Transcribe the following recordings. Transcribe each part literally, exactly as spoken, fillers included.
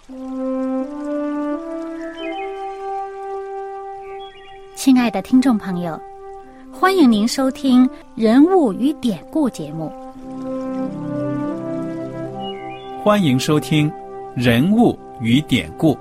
亲爱的听众朋友，欢迎您收听《人物与典故》节目。 欢迎收听《人物与典故》。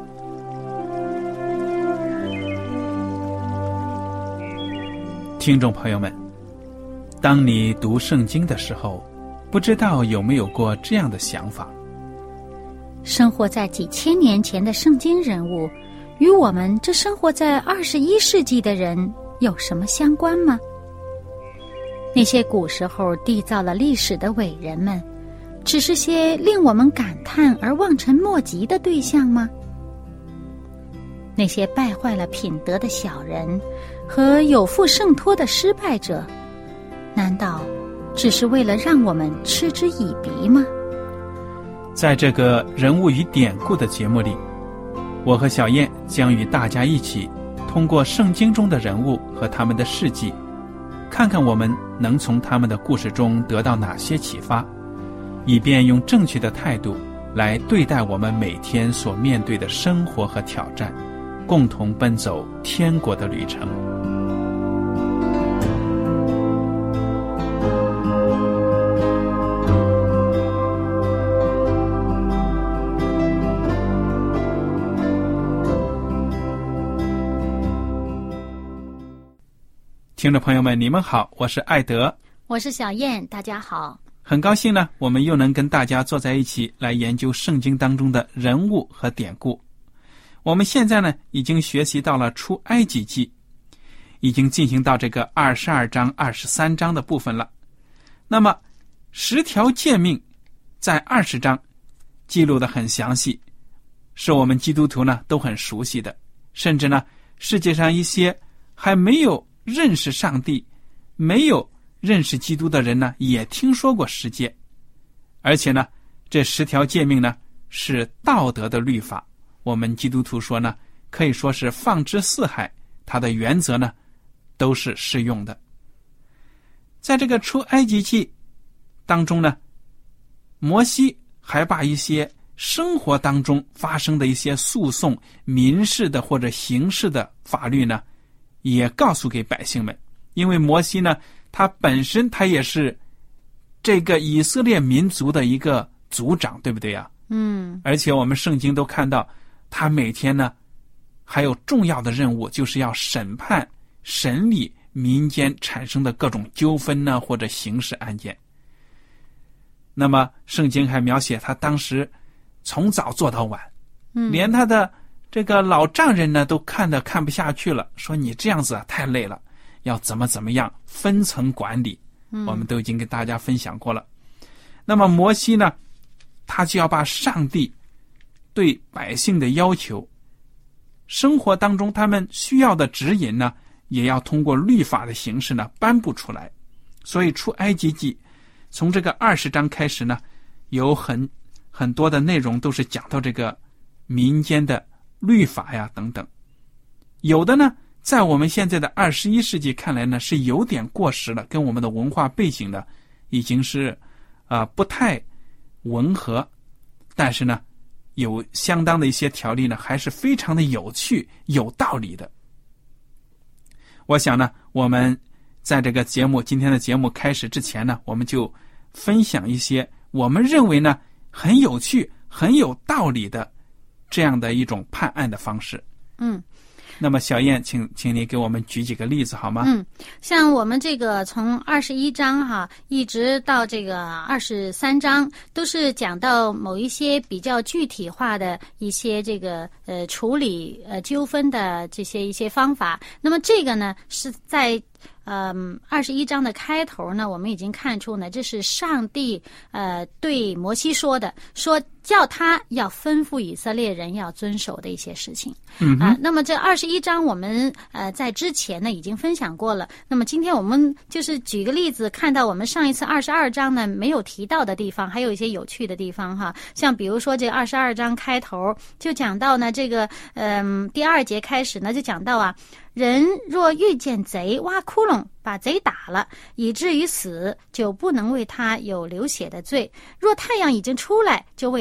听众朋友们，当你读圣经的时候，不知道有没有过这样的想法？ 生活在几千年前的圣经人物，与我们这生活在二十一世纪的人有什么相关吗？那些古时候缔造了历史的伟人们，只是些令我们感叹而望尘莫及的对象吗？那些败坏了品德的小人和有负圣托的失败者，难道只是为了让我们嗤之以鼻吗？ 在这个人物与典故的节目里，我和小燕将与大家一起通过圣经中的人物和他们的事迹，看看我们能从他们的故事中得到哪些启发，以便用正确的态度来对待我们每天所面对的生活和挑战，共同奔走天国的旅程。听众朋友们，你们好，我是艾德， 我是小燕，大家好。 很高兴呢，我们又能跟大家坐在一起来研究圣经当中的人物和典故。我们现在呢，已经学习到了出埃及记，已经进行到这个二十二章、二十三章的部分了。那么，十条诫命在二十章记录得很详细，是我们基督徒呢都很熟悉的，甚至呢，世界上一些还没有认识上帝、没有认识基督的人呢，也听说过十诫。而且呢，这十条诫命呢，是道德的律法。我们基督徒说呢，可以说是放之四海，它的原则呢，都是适用的。在这个出埃及记当中呢，摩西还把一些生活当中发生的一些诉讼、民事的或者刑事的法律呢，也告诉给百姓们。因为摩西呢，他本身他也是这个以色列民族的一个族长，对不对呀？ 嗯。 而且我们圣经都看到，他每天呢还有重要的任务，就是要审判、审理民间产生的各种纠纷呢，或者刑事案件。那么圣经还描写他当时从早做到晚， 嗯， 连他的这个老丈人呢都看得看不下去了，说你这样子啊太累了，要怎么怎么样分层管理， 嗯， 我们都已经跟大家分享过了。那么摩西呢，他就要把上帝对百姓的要求，生活当中他们需要的指引呢，也要通过律法的形式呢颁布出来。所以出埃及记从这个二十章开始呢，有很很多的内容都是讲到这个民间的律法呀等等。有的呢，在我们现在的二十一世纪看来呢，是有点过时了，跟我们的文化背景呢已经是啊、呃、不太吻合。但是呢，有相当的一些条例呢，还是非常的有趣、有道理的。我想呢，我们在这个节目今天的节目开始之前呢，我们就分享一些我们认为呢很有趣、很有道理的这样的一种判案的方式。 嗯。 那么小燕，请请你给我们举几个例子好吗？ 嗯，像我们这个从二十一章哈，一直到这个二十三章，都是讲到某一些比较具体化的一些这个呃处理呃纠纷的这些一些方法。那么这个呢是在嗯，二十一章的开头呢，我们已经看出呢，这是上帝呃对摩西说的，说叫他要吩咐以色列人要遵守的一些事情。 嗯啊、呃，那么这二十一章我们呃在之前呢已经分享过了。那么今天我们就是举个例子，看到我们上一次二十二章呢没有提到的地方，还有一些有趣的地方哈。像比如说这二十二章开头就讲到呢，这个嗯、呃、第二节开始呢就讲到啊。人若遇见贼挖窟窿，把贼打了，以至于死，就不能为他有流血的罪。若太阳已经出来，就为他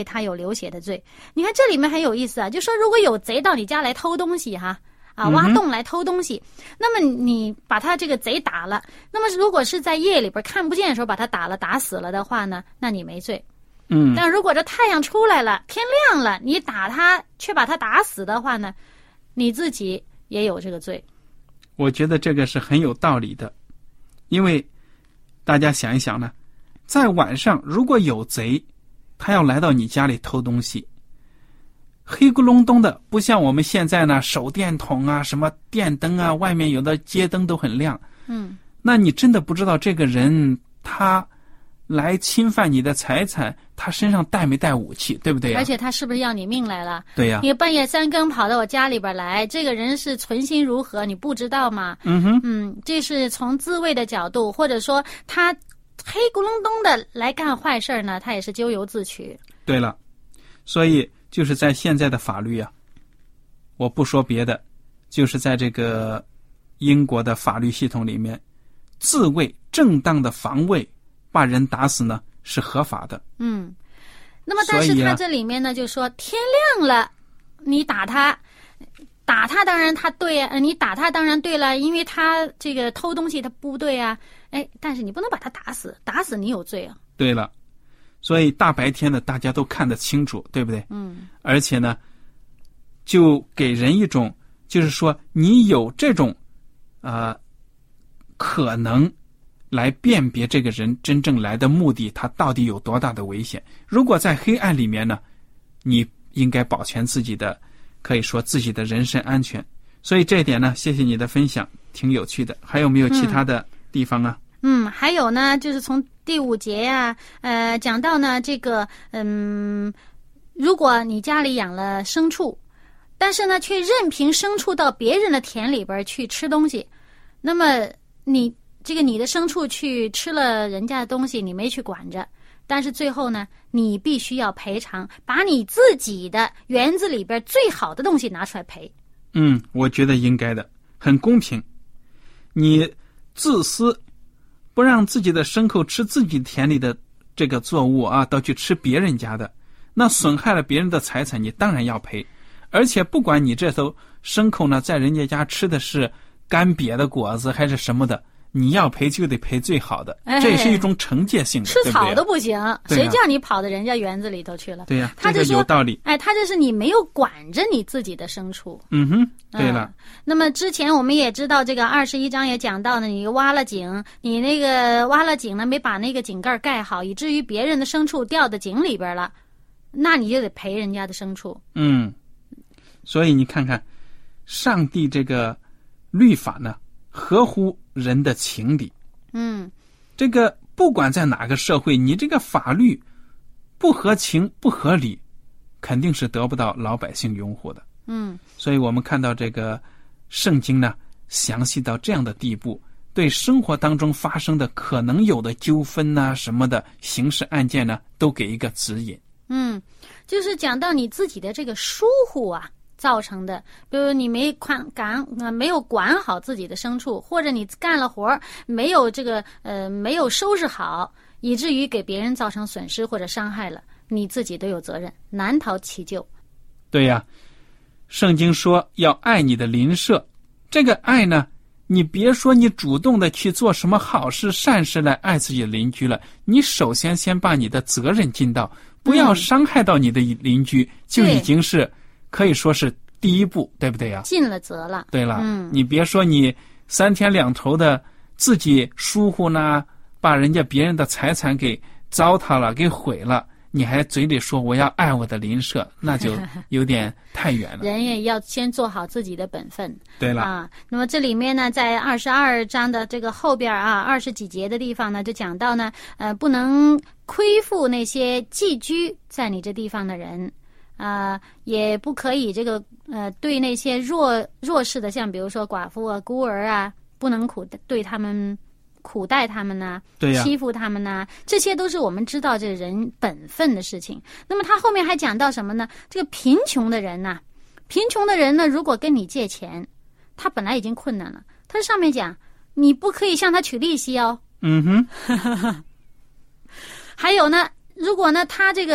他有流血的罪。你看这里面很有意思啊，就说如果有贼到你家来偷东西哈，啊，挖洞来偷东西，嗯、那么你把他这个贼打了，那么如果是在夜里边看不见的时候把他打了打死了的话呢，那你没罪。 嗯， 但如果这太阳出来了，天亮了，你打他却把他打死的话呢，你自己也有这个罪。 我觉得这个是很有道理的，因为大家想一想呢，在晚上如果有贼，他要来到你家里偷东西，黑咕隆咚的，不像我们现在呢，手电筒啊、什么电灯啊，外面有的街灯都很亮。 嗯， 那你真的不知道这个人他来侵犯你的财产，他身上带没带武器，对不对、啊、 而且他是不是要你命来了？ 对呀、啊， 你半夜三更跑到我家里边来，这个人是存心如何，你不知道吗？ 嗯哼， 嗯，这是从自卫的角度，或者说他黑咕隆咚的来干坏事呢，他也是咎由自取。 对了，所以就是在现在的法律啊，我不说别的，就是在这个英国的法律系统里面，自卫正当的防卫把人打死呢是合法的。 嗯，那么但是他这里面呢、啊、就说天亮了你打他打他当然他对啊，你打他当然对了，因为他这个偷东西他不对啊，哎，但是你不能把他打死，打死你有罪啊。对了，所以大白天的大家都看得清楚，对不对？ 嗯， 而且呢就给人一种就是说你有这种呃可能来辨别这个人真正来的目的，他到底有多大的危险。如果在黑暗里面呢，你应该保全自己的，可以说自己的人身安全。所以这一点呢，谢谢你的分享，挺有趣的。还有没有其他的地方啊？ 嗯，嗯还有呢，就是从第五节呀、啊，呃，讲到呢这个，嗯，如果你家里养了牲畜，但是呢却任凭牲畜到别人的田里边去吃东西，那么你这个你的牲畜去吃了人家的东西，你没去管着，但是最后呢，你必须要赔偿，把你自己的园子里边最好的东西拿出来赔。 嗯，我觉得应该的，很公平。你自私，不让自己的牲口吃自己田里的这个作物啊，都去吃别人家的，那损害了别人的财产，你当然要赔。而且不管你这头牲口呢，在人家家吃的是干瘪的果子还是什么的，你要赔就得赔最好的， 哎、 这也是一种惩戒性的， 吃草都不行， 对谁叫你跑到人家园子里头去了？ 对呀、啊， 他就说、 这个有道理。 哎，他这是你没有管着你自己的牲畜。 嗯哼，对了、 嗯。那么之前我们也知道，这个二十一章也讲到呢，你挖了井，你那个挖了井呢，没把那个井盖盖好，以至于别人的牲畜掉到井里边了，那你就得赔人家的牲畜。 嗯，所以你看看，上帝这个律法呢，合乎人的情理。 嗯， 这个不管在哪个社会，你这个法律不合情不合理，肯定是得不到老百姓拥护的。 嗯， 所以我们看到这个圣经呢，详细到这样的地步，对生活当中发生的可能有的纠纷啊什么的刑事案件呢，都给一个指引。 嗯，就是讲到你自己的这个疏忽啊造成的，比如你没管管呃没有管好自己的牲畜，或者你干了活没有这个呃没有收拾好，以至于给别人造成损失或者伤害了，你自己都有责任，难逃其咎。 对呀、啊，圣经说要爱你的邻舍，这个爱呢，你别说你主动的去做什么好事善事来爱自己的邻居了，你首先先把你的责任尽到，不要伤害到你的邻居、嗯、就已经是可以说是第一步，对不对呀？ 尽了责了。 对了， 嗯， 你别说你三天两头的自己疏忽呢，把人家别人的财产给糟蹋了，给毁了，你还嘴里说我要爱我的邻舍，那就有点太远了。 人也要先做好自己的本分。 对了啊，那么这里面呢，在二十二章的这个后边啊，二十几节的地方呢，就讲到呢，呃，不能亏负那些寄居在你这地方的人。啊、呃，也不可以这个呃，对那些弱弱势的，像比如说寡妇啊、孤儿啊，不能苦对他们苦待他们呐、啊， 对呀， 欺负他们呐、啊，这些都是我们知道这人本分的事情。那么他后面还讲到什么呢？这个贫穷的人呐、啊，贫穷的人呢，如果跟你借钱，他本来已经困难了，他上面讲你不可以向他取利息哦。 嗯哼。 还有呢，如果呢他这个。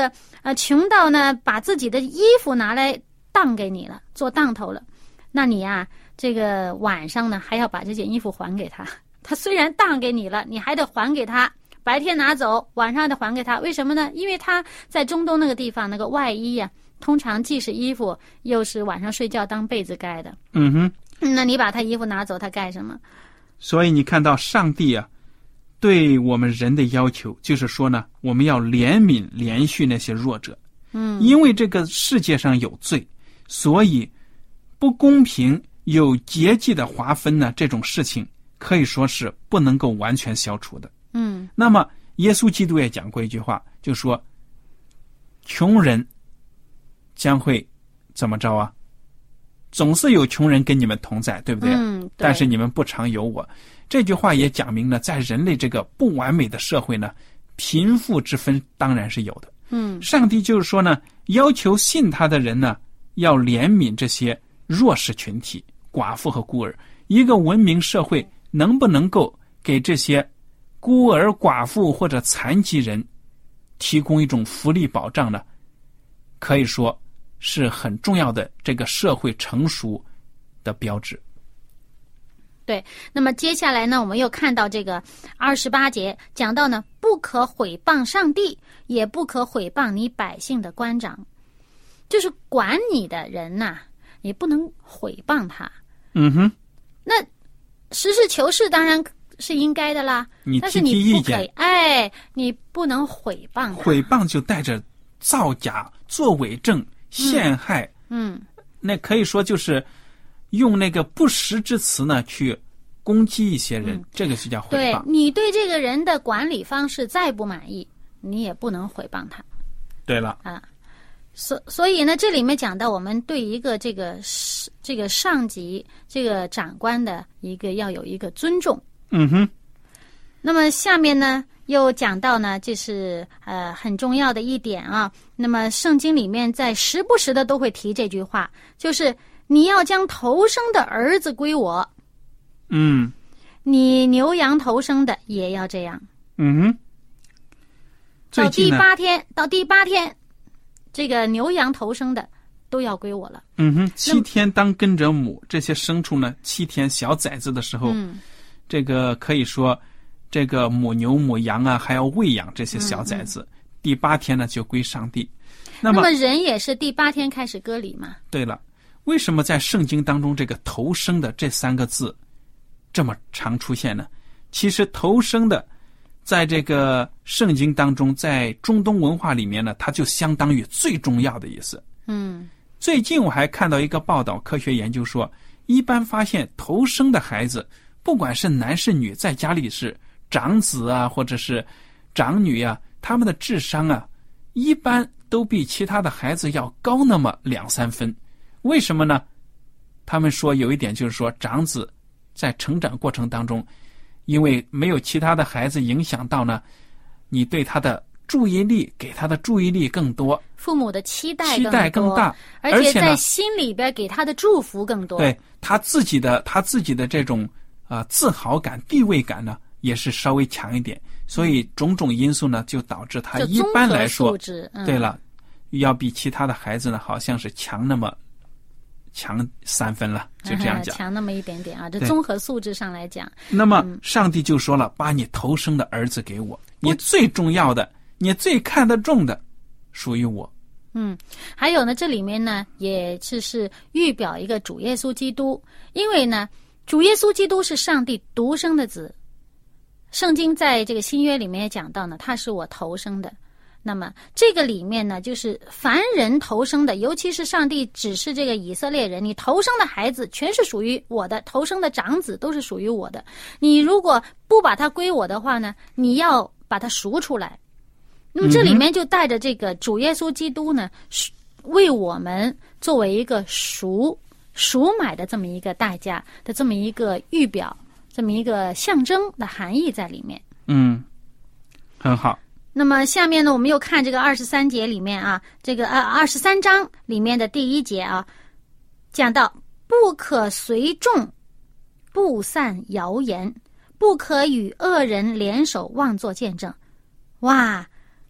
呃，穷到呢把自己的衣服拿来当给你了，做当头了，那你啊，这个晚上呢还要把这件衣服还给他。他虽然当给你了，你还得还给他。白天拿走，晚上得还给他。为什么呢？因为他在中东那个地方，那个外衣呀、啊，通常既是衣服，又是晚上睡觉当被子盖的。 嗯哼， 那你把他衣服拿走，他盖什么？ 所以你看到上帝啊，对我们人的要求，就是说呢，我们要怜悯怜恤那些弱者。 嗯， 因为这个世界上有罪，所以不公平、有阶级的划分呢，这种事情可以说是不能够完全消除的。 嗯， 那么耶稣基督也讲过一句话，就说穷人将会怎么着啊？总是有穷人跟你们同在，对不对？ 嗯，对。 但是你们不常有我。这句话也讲明了，在人类这个不完美的社会呢，贫富之分当然是有的。 嗯， 上帝就是说呢，要求信他的人呢，要怜悯这些弱势群体、寡妇和孤儿。一个文明社会能不能够给这些孤儿、寡妇或者残疾人提供一种福利保障呢？可以说是很重要的这个社会成熟的标志。 对，那么接下来呢，我们又看到这个二十八节讲到呢，不可毁谤上帝，也不可毁谤你百姓的官长，就是管你的人呐、啊，你不能毁谤他。 嗯哼， 那实事求是当然是应该的啦， 你但是提提意你不可以， 见， 哎，你不能毁谤他。 毁谤就带着造假、作伪证、陷害， 嗯， 那可以说就是用那个不实之词呢去攻击一些人， 嗯、 这个就叫毁对谤。 你对这个人的管理方式再不满意，你也不能毁谤他。 对了啊，所所以呢，这里面讲到我们对一个这个这个上级、这个长官的一个要有一个尊重。 嗯哼。 那么下面呢，又讲到呢，这是呃很重要的一点啊。那么圣经里面在时不时的都会提这句话，就是你要将头生的儿子归我。 嗯， 你牛羊头生的也要这样。 嗯哼。 到第八天，到第八天，这个牛羊头生的都要归我了。 嗯哼，七天当跟着母，这些牲畜呢，七天小崽子的时候， 嗯， 这个可以说，这个母牛、母羊啊，还要喂养这些小崽子。嗯嗯，第八天呢，就归上帝。那么， 那么人也是第八天开始割礼嘛？ 对了，为什么在圣经当中这个头生的这三个字这么常出现呢？其实头生的在这个圣经当中，在中东文化里面呢，它就相当于最重要的意思。 嗯， 最近我还看到一个报道，科学研究说，一般发现头生的孩子，不管是男是女，在家里是长子啊，或者是长女啊，他们的智商啊，一般都比其他的孩子要高那么两三分。为什么呢？他们说有一点就是说，长子在成长过程当中，因为没有其他的孩子影响到呢，你对他的注意力，给他的注意力更多， 父母的期待期待更大， 而且在心里边给他的祝福更多。 对他自己的他自己的这种啊、呃、自豪感、地位感呢，也是稍微强一点。所以种种因素呢，就导致他一般来说， 嗯、 对了，要比其他的孩子呢，好像是强那么强三分了，就这样讲， 嗯、强那么一点点啊。这综合素质上来讲， 那么上帝就说了，把你头生的儿子给我，你最重要的，你最看得重的，属于我。 嗯，还有呢，这里面呢，也是是预表一个主耶稣基督，因为呢，主耶稣基督是上帝独生的子。圣经在这个新约里面也讲到呢，他是我头生的。那么这个里面呢，就是凡人头生的，尤其是上帝指示这个以色列人，你头生的孩子全是属于我的，头生的长子都是属于我的。你如果不把它归我的话呢，你要把它赎出来。那么这里面就带着这个主耶稣基督呢，为我们作为一个赎赎买的这么一个代价的这么一个预表，这么一个象征的含义在里面。 嗯，很好。 那么下面呢，我们又看这个二十三节里面啊，这个呃二十三章里面的第一节啊，讲到不可随众布散谣言，不可与恶人联手妄作见证。哇，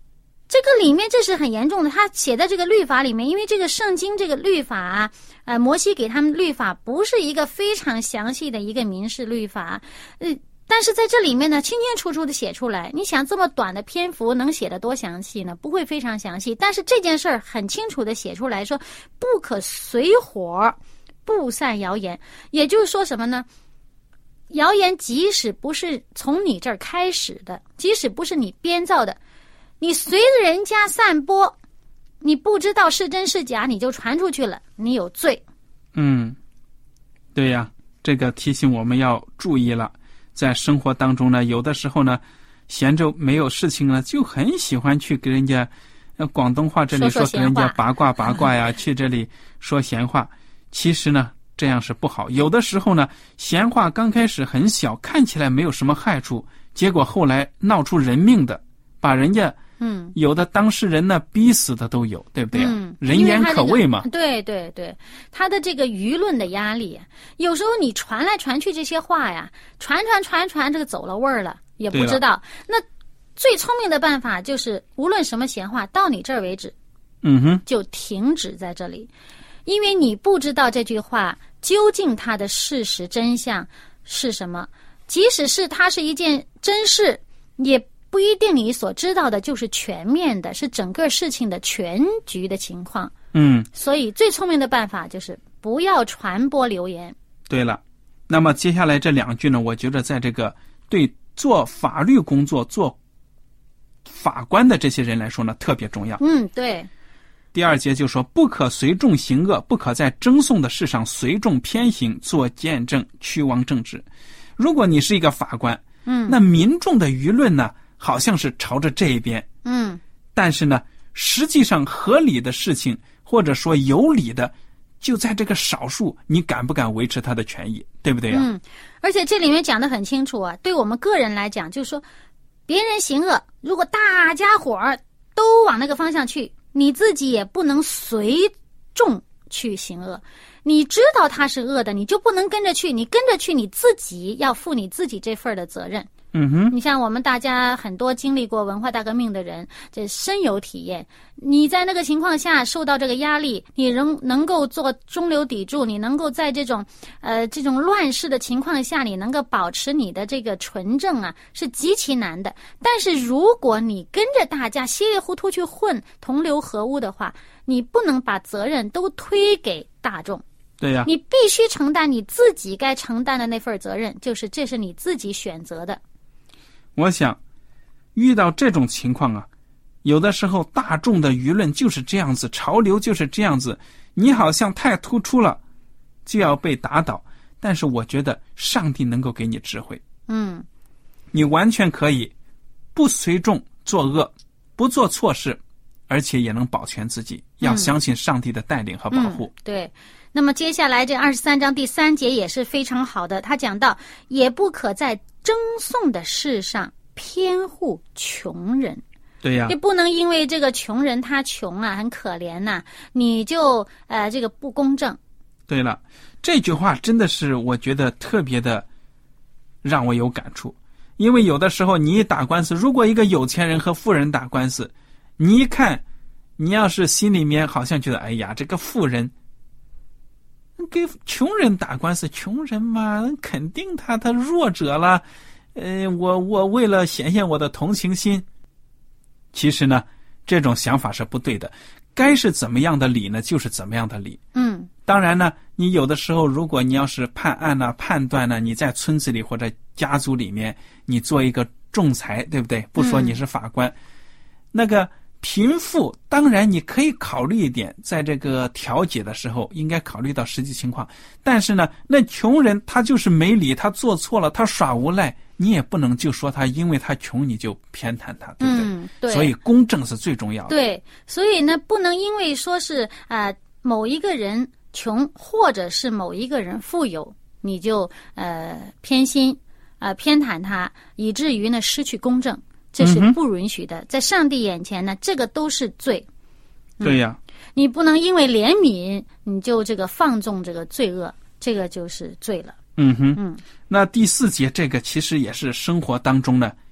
这个里面这是很严重的，他写在这个律法里面，因为这个圣经这个律法啊，呃，摩西给他们律法不是一个非常详细的一个民事律法，呃，但是在这里面呢，清清楚楚的写出来。你想这么短的篇幅能写得多详细呢？不会非常详细，但是这件事儿很清楚的写出来说，不可随火布散谣言，也就是说什么呢？谣言即使不是从你这儿开始的，即使不是你编造的，你随着人家散播，你不知道是真是假，你就传出去了，你有罪。 嗯，对呀，这个提醒我们要注意了。在生活当中呢，有的时候呢，闲着没有事情了，就很喜欢去给人家，呃，广东话这里说跟人家八卦八卦呀，去这里说闲话。其实呢，这样是不好。有的时候呢，闲话刚开始很小，看起来没有什么害处，结果后来闹出人命的，把人家嗯，有的当事人呢逼死的都有，对不对啊？嗯，人言可畏嘛。 对对对，他的这个舆论的压力，有时候你传来传去这些话呀，传传传传，这个走了味儿了，也不知道。那最聪明的办法就是，无论什么闲话，到你这儿为止， 嗯哼， 就停止在这里，因为你不知道这句话究竟它的事实真相是什么，即使是它是一件真事，也不一定你所知道的就是全面的，是整个事情的全局的情况。 嗯， 所以最聪明的办法就是不要传播流言。 对了，那么接下来这两句呢，我觉得在这个对做法律工作、做法官的这些人来说呢，特别重要。 嗯，对。 第二节就说，不可随众行恶，不可在争讼的事上随众偏行，做见证，屈枉正直。如果你是一个法官， 嗯， 那民众的舆论呢，好像是朝着这一边， 嗯， 但是呢，实际上合理的事情或者说有理的，就在这个少数，你敢不敢维持他的权益，对不对呀？ 嗯，而且这里面讲得很清楚啊，对我们个人来讲，就是说，别人行恶，如果大家伙儿都往那个方向去，你自己也不能随众去行恶。你知道他是恶的，你就不能跟着去，你跟着去，你自己要负你自己这份的责任。 嗯哼， 你像我们大家很多经历过文化大革命的人，这深有体验。你在那个情况下受到这个压力，你仍能够做中流砥柱，你能够在这种呃这种乱世的情况下，你能够保持你的这个纯正啊，是极其难的。但是如果你跟着大家稀里糊涂去混，同流合污的话，你不能把责任都推给大众。 对呀， 你必须承担你自己该承担的那份责任，就是这是你自己选择的。 我想遇到这种情况啊，有的时候大众的舆论就是这样子，潮流就是这样子，你好像太突出了就要被打倒，但是我觉得上帝能够给你智慧。 嗯， 你完全可以不随众作恶，不做错事，而且也能保全自己，要相信上帝的带领和保护。 嗯，对。那么接下来这二十三章第三节也是非常好的，他讲到也不可在争讼的事上偏护穷人。 对呀， 也不能因为这个穷人他穷啊，很可怜呐，啊，你就呃这个不公正。 对了，这句话真的是我觉得特别的让我有感触，因为有的时候你一打官司，如果一个有钱人和富人打官司，你一看，你要是心里面好像觉得，哎呀，这个富人给穷人打官司，穷人嘛，肯定他他弱者了，呃，我我为了显现我的同情心。其实呢，这种想法是不对的，该是怎么样的理呢，就是怎么样的理。 嗯， 当然呢，你有的时候，如果你要是判案呢、判断呢，你在村子里或者家族里面，你做一个仲裁，对不对？不说你是法官，嗯、那个。贫富当然你可以考虑一点，在这个调解的时候应该考虑到实际情况，但是呢，那穷人他就是没理，他做错了，他耍无赖，你也不能就说他因为他穷你就偏袒他，对不对？ 嗯，对。 所以公正是最重要的。 对，所以呢，不能因为说是啊、呃、某一个人穷，或者是某一个人富有，你就呃偏心啊、呃、偏袒他，以至于呢失去公正。这是不允许的，在上帝眼前呢，这个都是罪。 嗯、对呀， 你不能因为怜悯你就这个放纵这个罪恶，这个就是罪了。 嗯哼， 嗯， 那第四节这个其实也是生活当中呢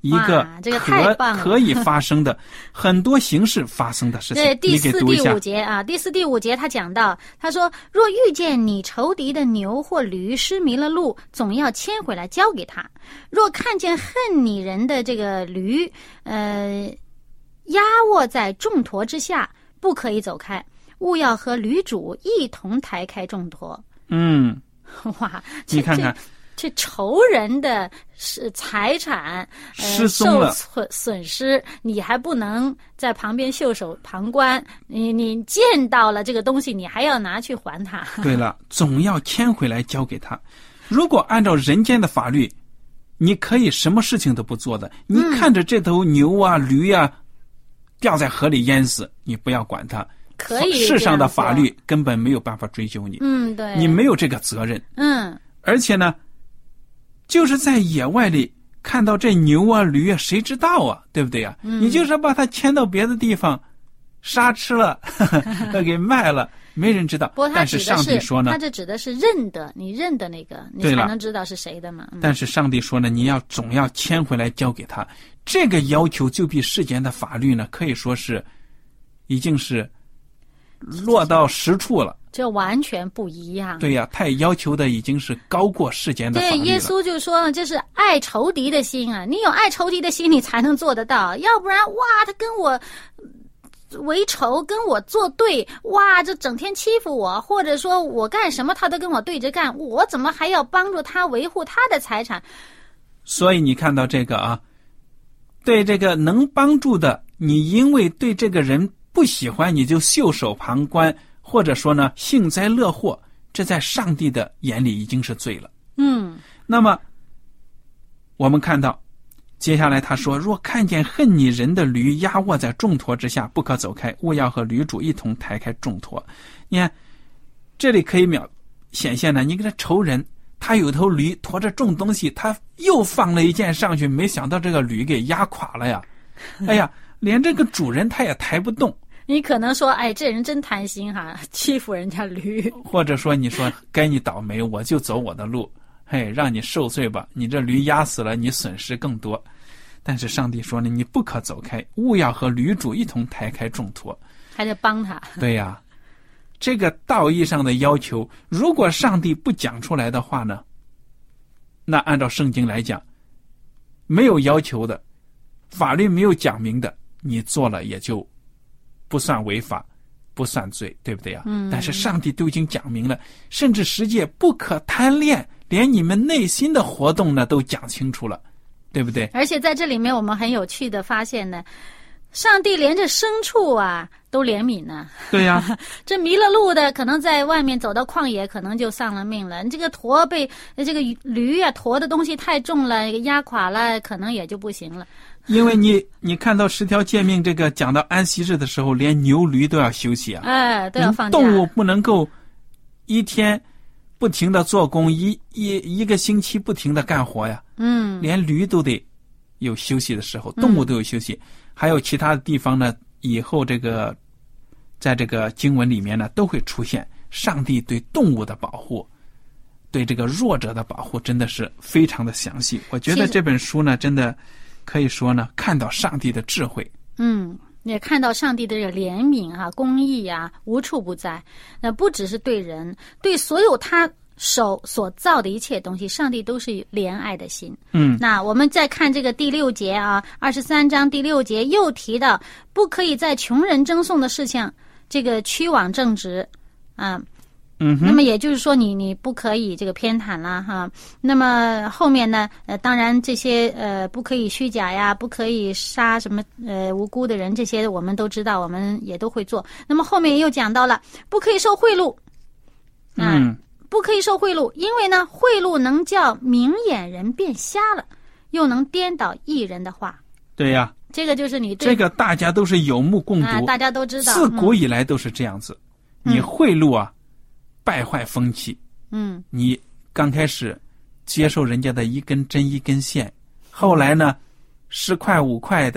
一个这个太可棒了可以发生的很多形式发生的事情。 对，第四、第你给读一下五节啊，第四、第五节他讲到，他说：若遇见你仇敌的牛或驴失迷了路，总要牵回来交给他；若看见恨你人的这个驴，呃，压卧在重驮之下，不可以走开，务要和驴主一同抬开重驮。 嗯， 哇， 你看看。 这仇人的是财产、呃、 失踪了， 受损失，你还不能在旁边袖手旁观。你你见到了这个东西，你还要拿去还他。 对了，总要牵回来交给他。如果按照人间的法律，你可以什么事情都不做的。你看着这头牛啊、嗯、驴啊掉在河里淹死，你不要管它。 可以， 世上的法律根本没有办法追究你。 嗯，对， 你没有这个责任。 嗯， 而且呢。就是在野外里看到这牛啊驴啊，谁知道啊，对不对啊？ 嗯、 你就是把它牵到别的地方杀吃了呵呵给卖了，没人知道。 不过他指的是但是上帝说呢， 他这指的是认得你认得那个，你才能知道是谁的嘛。嗯、 但是上帝说呢，你要总要牵回来交给他。这个要求就比世间的法律呢，可以说是已经是落到实处了。 这完全不一样。 对呀、啊，他也要求的已经是高过世间的法律了。 对，耶稣就说，这是爱仇敌的心啊！你有爱仇敌的心，你才能做得到，要不然，哇，他跟我为仇，跟我作对，哇，这整天欺负我，或者说我干什么他都跟我对着干，我怎么还要帮助他维护他的财产？ 所以你看到这个啊，对这个能帮助的，你因为对这个人不喜欢，你就袖手旁观。或者说呢，幸灾乐祸，这在上帝的眼里已经是罪了。 嗯， 那么我们看到接下来他说，若看见恨你人的驴压卧在重驮之下，不可走开，务要和驴主一同抬开重驮。你看这里可以表显现呢，你给他仇人，他有头驴驮着重东西，他又放了一件上去，没想到这个驴给压垮了呀。哎呀，连这个主人他也抬不动。 你可能说，哎，这人真贪心哈，欺负人家驴。 或者说你说该你倒霉，我就走我的路，嘿，让你受罪吧，你这驴压死了，你损失更多。但是上帝说呢，你不可走开，务要和驴主一同抬开重驮， 还得帮他。 对呀、啊，这个道义上的要求，如果上帝不讲出来的话呢，那按照圣经来讲，没有要求的，法律没有讲明的，你做了也就不算违法，不算罪，对不对啊？ 嗯。 但是上帝都已经讲明了，甚至十诫不可贪恋，连你们内心的活动呢都讲清楚了，对不对？ 而且在这里面，我们很有趣的发现呢，上帝连着牲畜啊都怜悯呢。 对呀、啊， 这迷了路的，可能在外面走到旷野，可能就丧了命了。这个驼被这个驴啊驮的东西太重了，压垮了，可能也就不行了。 因为你你看到十条诫命这个讲到安息日的时候，连牛驴都要休息啊， 哎，都要放假。 动物不能够一天不停的做工，一一一个星期不停的干活呀。 嗯， 连驴都得有休息的时候，动物都有休息。嗯、还有其他的地方呢，以后这个在这个经文里面呢，都会出现上帝对动物的保护，对这个弱者的保护，真的是非常的详细。我觉得这本书呢，真的可以说呢，看到上帝的智慧。 嗯，也看到上帝的这个怜悯啊、公义啊，无处不在。那不只是对人，对所有他手所造的一切东西，上帝都是怜爱的心。 嗯， 那我们再看这个第六节啊，二十三章第六节又提到，不可以在穷人争讼的事情这个屈枉正直啊。 嗯， 那么也就是说你，你不可以这个偏袒啦，哈。那么后面呢，呃，当然这些呃，不可以虚假呀，不可以杀什么呃无辜的人，这些我们都知道，我们也都会做。那么后面又讲到了，不可以受贿赂，啊、 嗯， 不可以受贿赂，因为呢，贿赂能叫明眼人变瞎了，又能颠倒义人的话。 对呀、啊， 这个就是你对这个大家都是有目共睹， 啊、大家都知道， 自古以来都是这样子。嗯、你贿赂啊。败坏风气， 嗯， 你刚开始接受人家的一根针一根线，后来呢，十块五块的，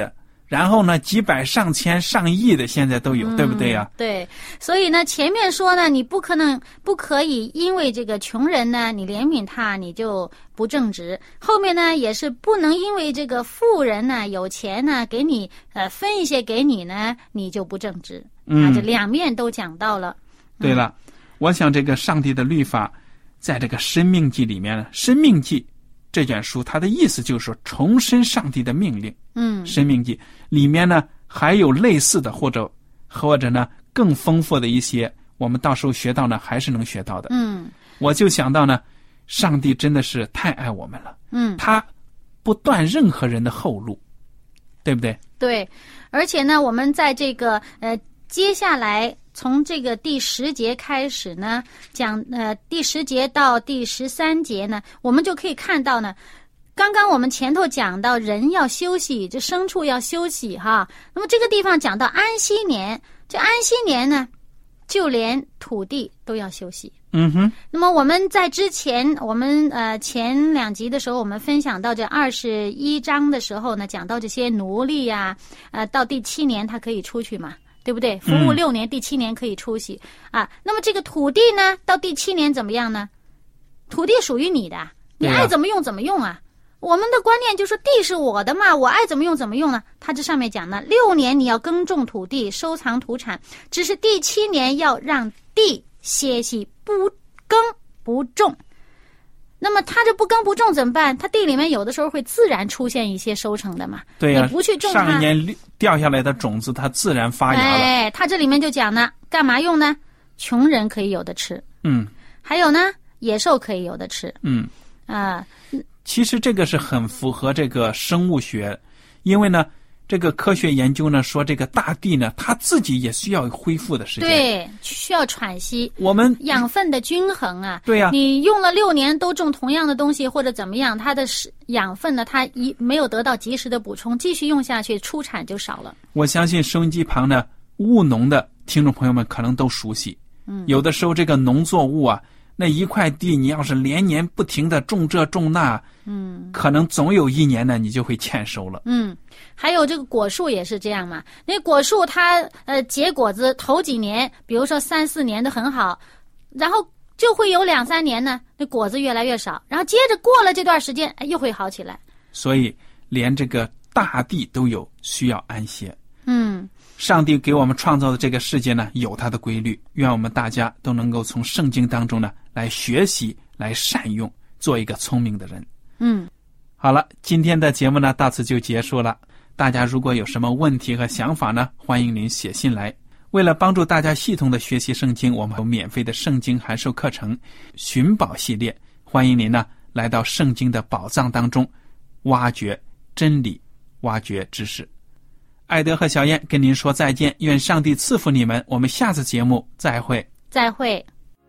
然后呢几百上千上亿的现在都有、嗯、对不对呀、啊、 对，所以呢前面说呢你不可能不可以因为这个穷人呢你怜悯他你就不正直，后面呢也是不能因为这个富人呢有钱呢给你呃分一些给你呢你就不正直，嗯，这两面都讲到了、 嗯、对了，我想这个上帝的律法在这个申命记里面呢，申命记这卷书它的意思就是说重申上帝的命令。 嗯， 申命记里面呢还有类似的或者或者呢更丰富的一些，我们到时候学到呢还是能学到的。 嗯， 我就想到呢上帝真的是太爱我们了。 嗯， 他不断任何人的后路，对不对？ 对，而且呢我们在这个呃接下来从这个第十节开始呢，讲呃第十节到第十三节呢，我们就可以看到呢，刚刚我们前头讲到人要休息，这牲畜要休息哈。那么这个地方讲到安息年，这安息年呢，就连土地都要休息。 嗯哼。 那么我们在之前，我们呃前两集的时候，我们分享到这二十一章的时候呢，讲到这些奴隶啊，呃，到第七年他可以出去嘛。对不对？服务六年、嗯，第七年可以出息啊。那么这个土地呢，到第七年怎么样呢？土地属于你的，你爱怎么用怎么用啊。我们的观念就是地是我的嘛，我爱怎么用怎么用呢？它这上面讲呢，六年你要耕种土地，收藏土产，只是第七年要让地歇息，不耕不种。那么他这不耕不种怎么办？他地里面有的时候会自然出现一些收成的嘛。 对呀、啊， 你不去种它， 上一年掉下来的种子它自然发芽了。 哎，他这里面就讲呢，干嘛用呢？穷人可以有的吃， 嗯， 还有呢，野兽可以有的吃， 嗯啊、呃。 其实这个是很符合这个生物学，因为呢，这个科学研究呢说，这个大地呢，它自己也需要恢复的时间， 对，需要喘息。 我们养分的均衡啊， 对呀、啊， 你用了六年都种同样的东西或者怎么样，它的养分呢，它一没有得到及时的补充，继续用下去，出产就少了。 我相信收音机旁的务农的听众朋友们可能都熟悉， 嗯， 有的时候这个农作物啊，那一块地你要是连年不停的种这种那， 嗯， 可能总有一年呢你就会欠收了。 嗯，还有这个果树也是这样嘛，那果树它呃结果子头几年，比如说三四年都很好，然后就会有两三年呢，那果子越来越少，然后接着过了这段时间，哎，又会好起来。 所以连这个大地都有需要安歇。 嗯， 上帝给我们创造的这个世界呢，有它的规律，愿我们大家都能够从圣经当中呢来学习，来善用，做一个聪明的人。 嗯， 好了，今天的节目呢到此就结束了。大家如果有什么问题和想法呢，欢迎您写信来。为了帮助大家系统的学习圣经，我们有免费的圣经函授课程寻宝系列，欢迎您呢来到圣经的宝藏当中，挖掘真理，挖掘知识。艾德和小燕跟您说再见，愿上帝赐福你们，我们下次节目再会。 再会。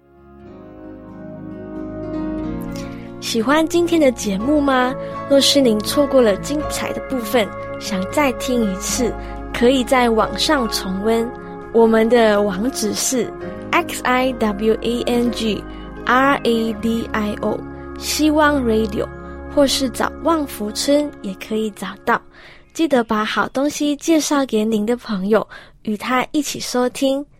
喜欢今天的节目吗？若是您错过了精彩的部分，想再听一次，可以在网上重温。我们的网址是 x i w a n g r a d i o 希望 radio， 或是找旺福村也可以找到。记得把好东西介绍给您的朋友，与他一起收听。